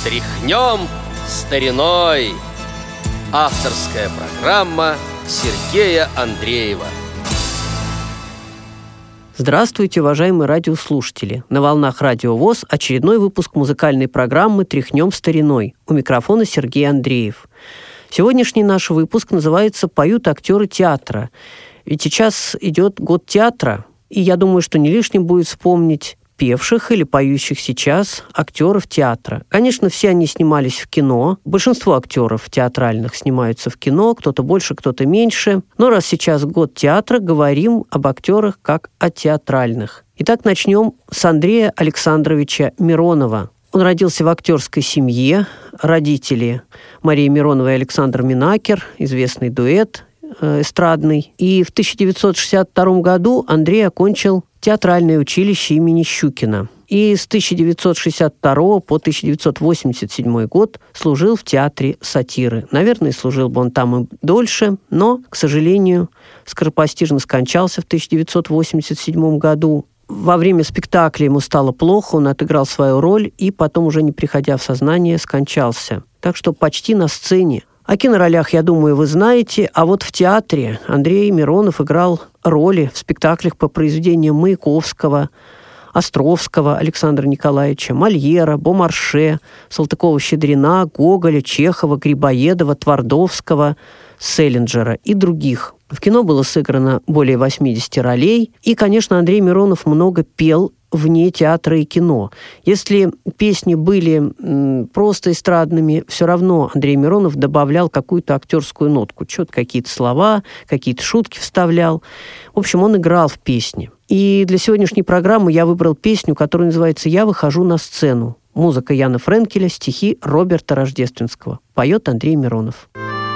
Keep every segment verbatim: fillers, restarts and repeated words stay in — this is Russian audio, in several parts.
Тряхнем стариной. Авторская программа Сергея Андреева. Здравствуйте, уважаемые радиослушатели! На волнах Радио ВОС очередной выпуск музыкальной программы «Тряхнем стариной». У микрофона Сергей Андреев. Сегодняшний наш выпуск называется «Поют актеры театра». Ведь сейчас идет год театра, и я думаю, что не лишним будет вспомнить певших или поющих сейчас актеров театра. Конечно, все они снимались в кино. Большинство актеров театральных снимаются в кино, кто-то больше, кто-то меньше. Но раз сейчас год театра, говорим об актерах как о театральных. Итак, начнем с Андрея Александровича Миронова. Он родился в актерской семье. Родители Мария Миронова и Александр Минакер, известный дуэт эстрадный. И в тысяча девятьсот шестьдесят втором году Андрей окончил театральное училище имени Щукина. И с тысяча девятьсот шестьдесят второго по тысяча девятьсот восемьдесят седьмой год служил в театре сатиры. Наверное, служил бы он там и дольше, но, к сожалению, скоропостижно скончался в тысяча девятьсот восемьдесят седьмом году. Во время спектакля ему стало плохо, он отыграл свою роль и потом, уже не приходя в сознание, скончался. Так что почти на сцене. О киноролях, я думаю, вы знаете, а вот в театре Андрей Миронов играл роли в спектаклях по произведениям Маяковского, Островского Александра Николаевича, Мольера, Бомарше, Салтыкова-Щедрина, Гоголя, Чехова, Грибоедова, Твардовского, Селлинджера и других. В кино было сыграно более восьмидесяти ролей, и, конечно, Андрей Миронов много пел вне театра и кино. Если песни были м, просто эстрадными, все равно Андрей Миронов добавлял какую-то актерскую нотку. Что-то какие-то слова, какие-то шутки вставлял. В общем, он играл в песни. И для сегодняшней программы я выбрал песню, которая называется «Я выхожу на сцену». Музыка Яна Френкеля, стихи Роберта Рождественского. Поет Андрей Миронов.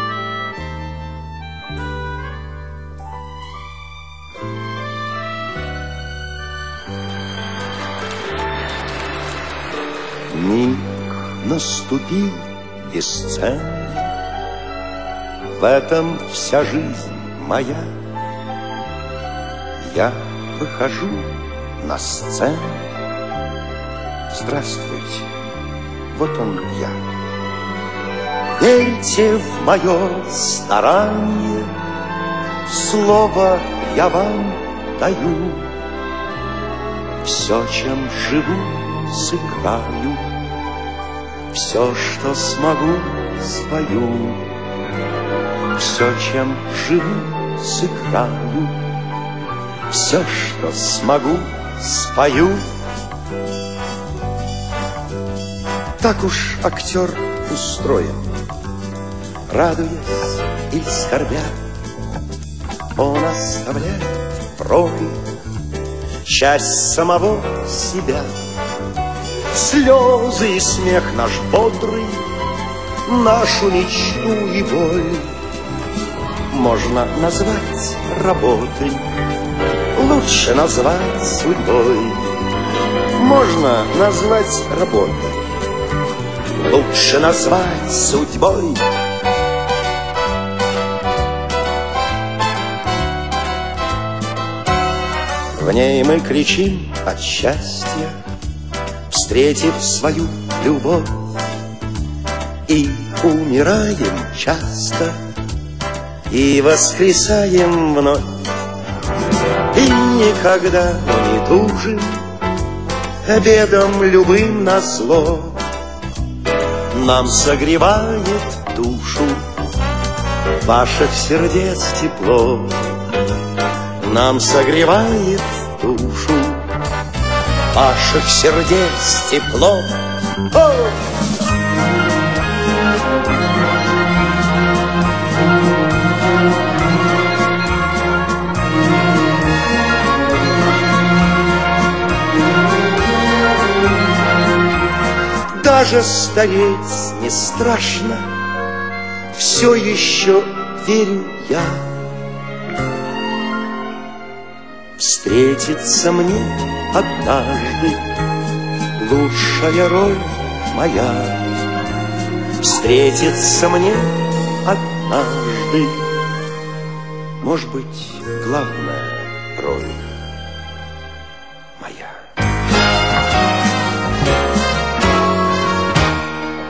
Миг наступил бесценный, в этом вся жизнь моя. Я выхожу на сцену. Здравствуйте, вот он я. Верьте в мое старание, слово я вам даю. Все, чем живу, сыграю, все, что смогу, спою. Все, чем живу, сыграю, все, что смогу, спою. Так уж актер устроен, радуясь или скорбя, он оставляет в роли часть самого себя. Слезы и смех наш бодрый, нашу мечту и боль можно назвать работой, лучше назвать судьбой. Можно назвать работой, лучше назвать судьбой. В ней мы кричим от счастья, встретив свою любовь, и умираем часто, и воскресаем вновь. И никогда не тужим бедом любым назло. Нам согревает душу ваших сердец тепло. Нам согревает душу ваших сердец тепло. О! Даже стареть не страшно, все еще верю я. Встретится мне однажды лучшая роль моя. Встретится мне однажды, может быть, главная роль моя.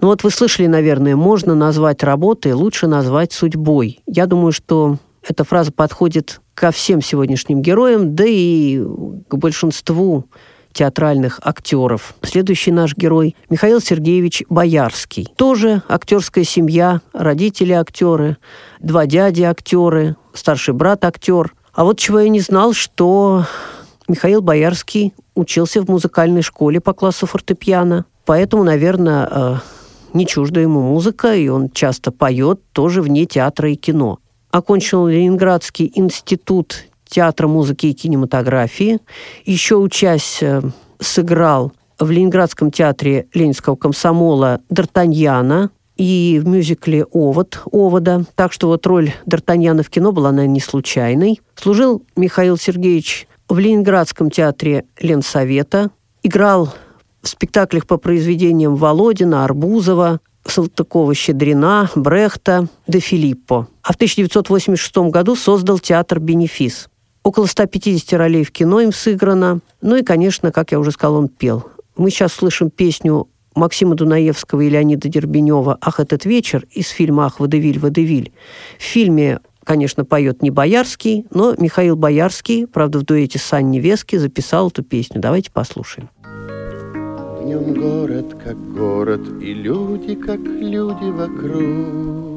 Ну вот вы слышали, наверное, можно назвать работой, лучше назвать судьбой. Я думаю, что эта фраза подходит ко всем сегодняшним героям, да и к большинству театральных актеров. Следующий наш герой – Михаил Сергеевич Боярский. Тоже актерская семья, родители актеры, два дяди актеры, старший брат актер. А вот чего я не знал, что Михаил Боярский учился в музыкальной школе по классу фортепиано. Поэтому, наверное, не чужда ему музыка, и он часто поет тоже вне театра и кино. Окончил Ленинградский институт театра, музыки и кинематографии. Еще учась, сыграл в Ленинградском театре Ленинского комсомола Д'Артаньяна и в мюзикле «Овод» Овода. Так что вот роль Д'Артаньяна в кино была, наверное, не случайной. Служил Михаил Сергеевич в Ленинградском театре Ленсовета. Играл в спектаклях по произведениям Володина, Арбузова, Салтыкова-Щедрина, Брехта, де Филиппо. А в тысяча девятьсот восемьдесят шестом году создал театр «Бенефис». Около ста пятидесяти ролей в кино им сыграно. Ну и, конечно, как я уже сказала, он пел. Мы сейчас слышим песню Максима Дунаевского и Леонида Дербенева «Ах, этот вечер» из фильма «Ах, водевиль, водевиль». В фильме, конечно, поет не Боярский, но Михаил Боярский, правда, в дуэте с Анней Вески записал эту песню. Давайте послушаем. Днем город как город, и люди как люди вокруг.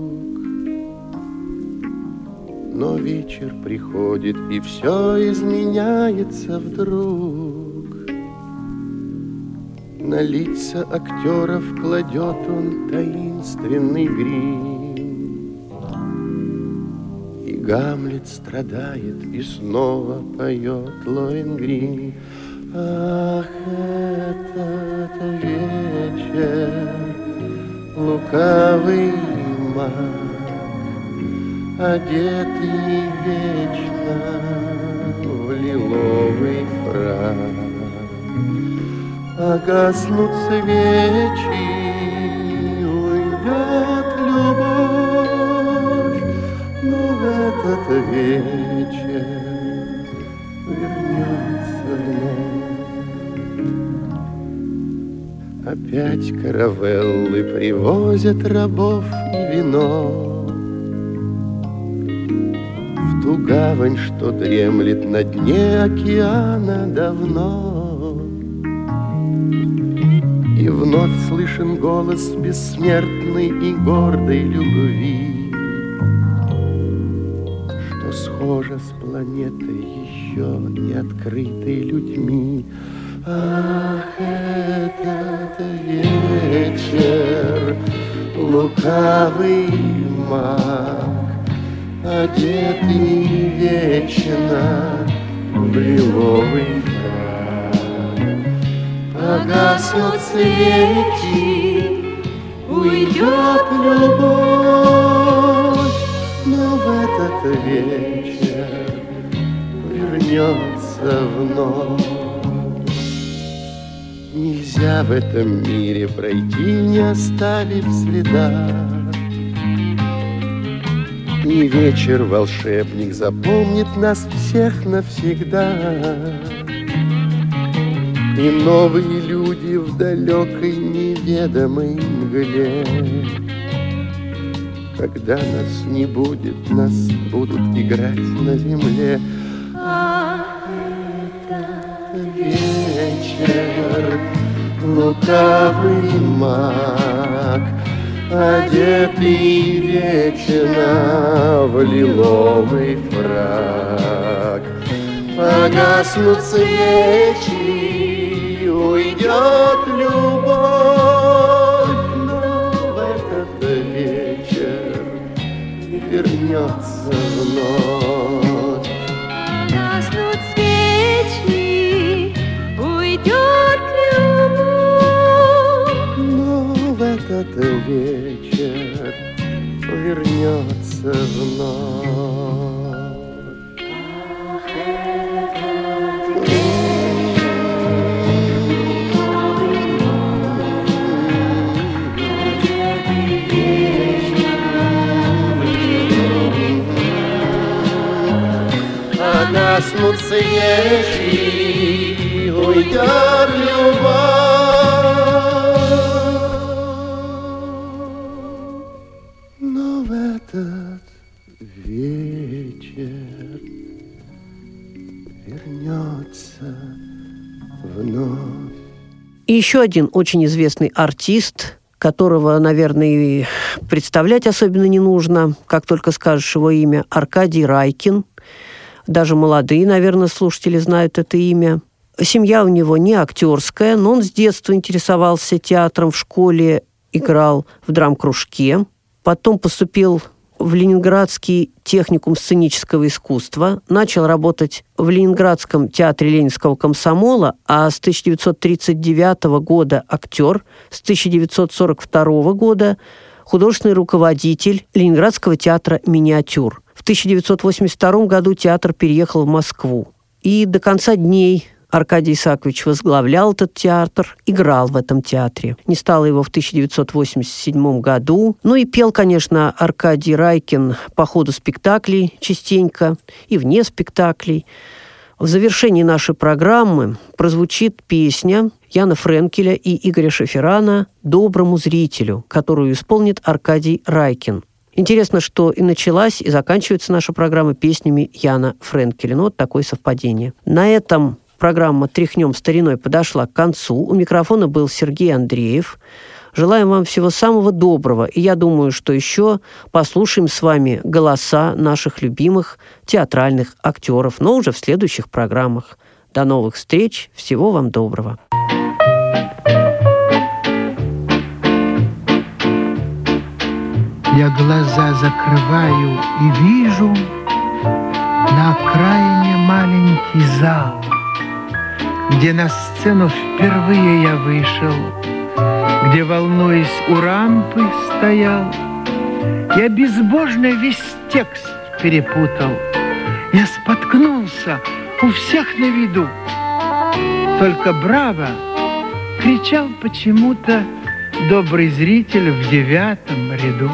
Но вечер приходит, и все изменяется вдруг. На лица актеров кладет он таинственный грим. И Гамлет страдает, и снова поет Лоэнгрин. Ах, этот вечер, лукавый маг, одетый вечно в лиловый фрак. Погаснут свечи, уйдет любовь, но в этот вечер вернется вновь. Опять каравеллы привозят рабов и вино в ту гавань, что дремлет на дне океана давно. И вновь слышен голос бессмертной и гордой любви, что схожа с планетой еще не открытой людьми. Ах, этот вечер, лукавый маг, одетый вечно в лиловый фрак. Погаснут свечи, уйдет любовь, но в этот вечер вернется вновь. Нельзя в этом мире пройти, не оставив следа. И вечер волшебник запомнит нас всех навсегда. И новые люди в далекой неведомой мгле. Когда нас не будет, нас будут играть на земле. Вечер, лукавый маг, одетый вечно в лиловый фрак. Погаснут свечи, уйдет любовь, но в этот вечер вернется вновь. Погаснут свечи, уйдет любовь, но в этот вечер вернется вновь. Погаснут свечи, уйдет любовь. вечер вернется вновь. И еще один очень известный артист, которого, наверное, и представлять особенно не нужно, как только скажешь его имя, Аркадий Райкин. Даже молодые, наверное, слушатели знают это имя. Семья у него не актерская, но он с детства интересовался театром, в школе играл в драм-кружке. Потом поступил в Ленинградский техникум сценического искусства, начал работать в Ленинградском театре Ленинского комсомола, а с тысяча девятьсот тридцать девятого года актер, с тысяча девятьсот сорок второго года художественный руководитель Ленинградского театра «Миниатюр». В тысяча девятьсот восемьдесят втором году театр переехал в Москву. И до конца дней Аркадий Исаакович возглавлял этот театр, играл в этом театре. Не стало его в тысяча девятьсот восемьдесят седьмом году. Ну и пел, конечно, Аркадий Райкин по ходу спектаклей частенько и вне спектаклей. В завершении нашей программы прозвучит песня Яна Френкеля и Игоря Шеферана «Доброму зрителю», которую исполнит Аркадий Райкин. Интересно, что и началась, и заканчивается наша программа песнями Яна Френкеля. Ну, вот такое совпадение. На этом программа «Тряхнем стариной» подошла к концу. У микрофона был Сергей Андреев. Желаем вам всего самого доброго. И я думаю, что еще послушаем с вами голоса наших любимых театральных актеров, но уже в следующих программах. До новых встреч. Всего вам доброго. Я глаза закрываю и вижу на окраине маленький зал, где на сцену впервые я вышел, где, волнуясь у рампы, стоял. Я безбожно весь текст перепутал. Я споткнулся у всех на виду. Только браво кричал почему-то добрый зритель в девятом ряду.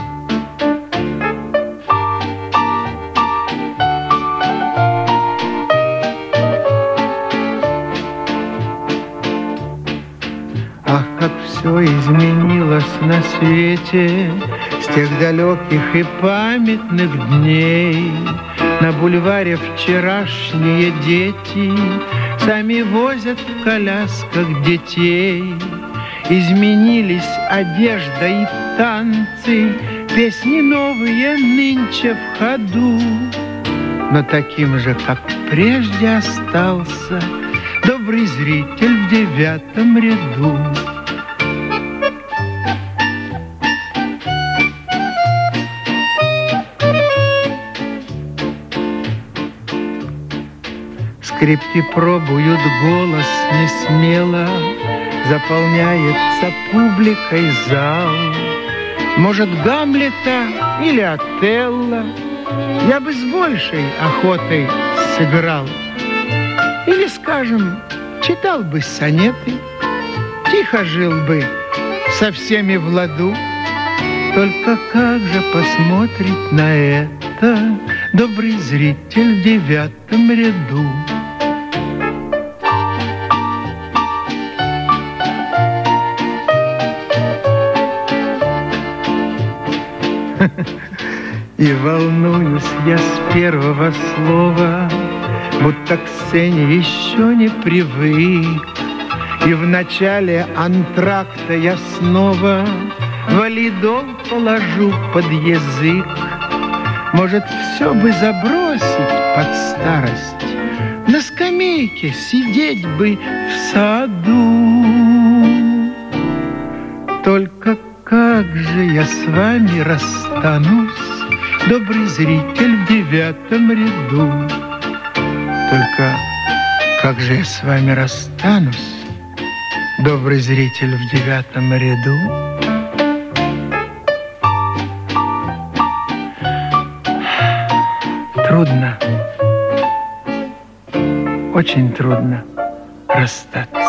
Ах, как все изменилось на свете с тех далеких и памятных дней. На бульваре вчерашние дети сами возят в колясках детей. Изменились одежда и танцы, песни новые нынче в ходу. Но таким же, как прежде, остался добрый зритель в девятом ряду. Скрипки пробуют голос не смело, заполняется публикой зал. Может, Гамлета или Отелло я бы с большей охотой сыграл. Или, скажем, читал бы сонеты, тихо жил бы со всеми в ладу. Только как же посмотрит на это добрый зритель в девятом ряду? И волнуюсь я с первого слова, будто к сцене еще не привык. И в начале антракта я снова валидол положу под язык. Может, все бы забросить под старость, на скамейке сидеть бы в саду. Только как же я с вами расстанусь, добрый зритель в девятом ряду. Только как же я с вами расстанусь, добрый зритель в девятом ряду. Трудно, очень трудно расстаться.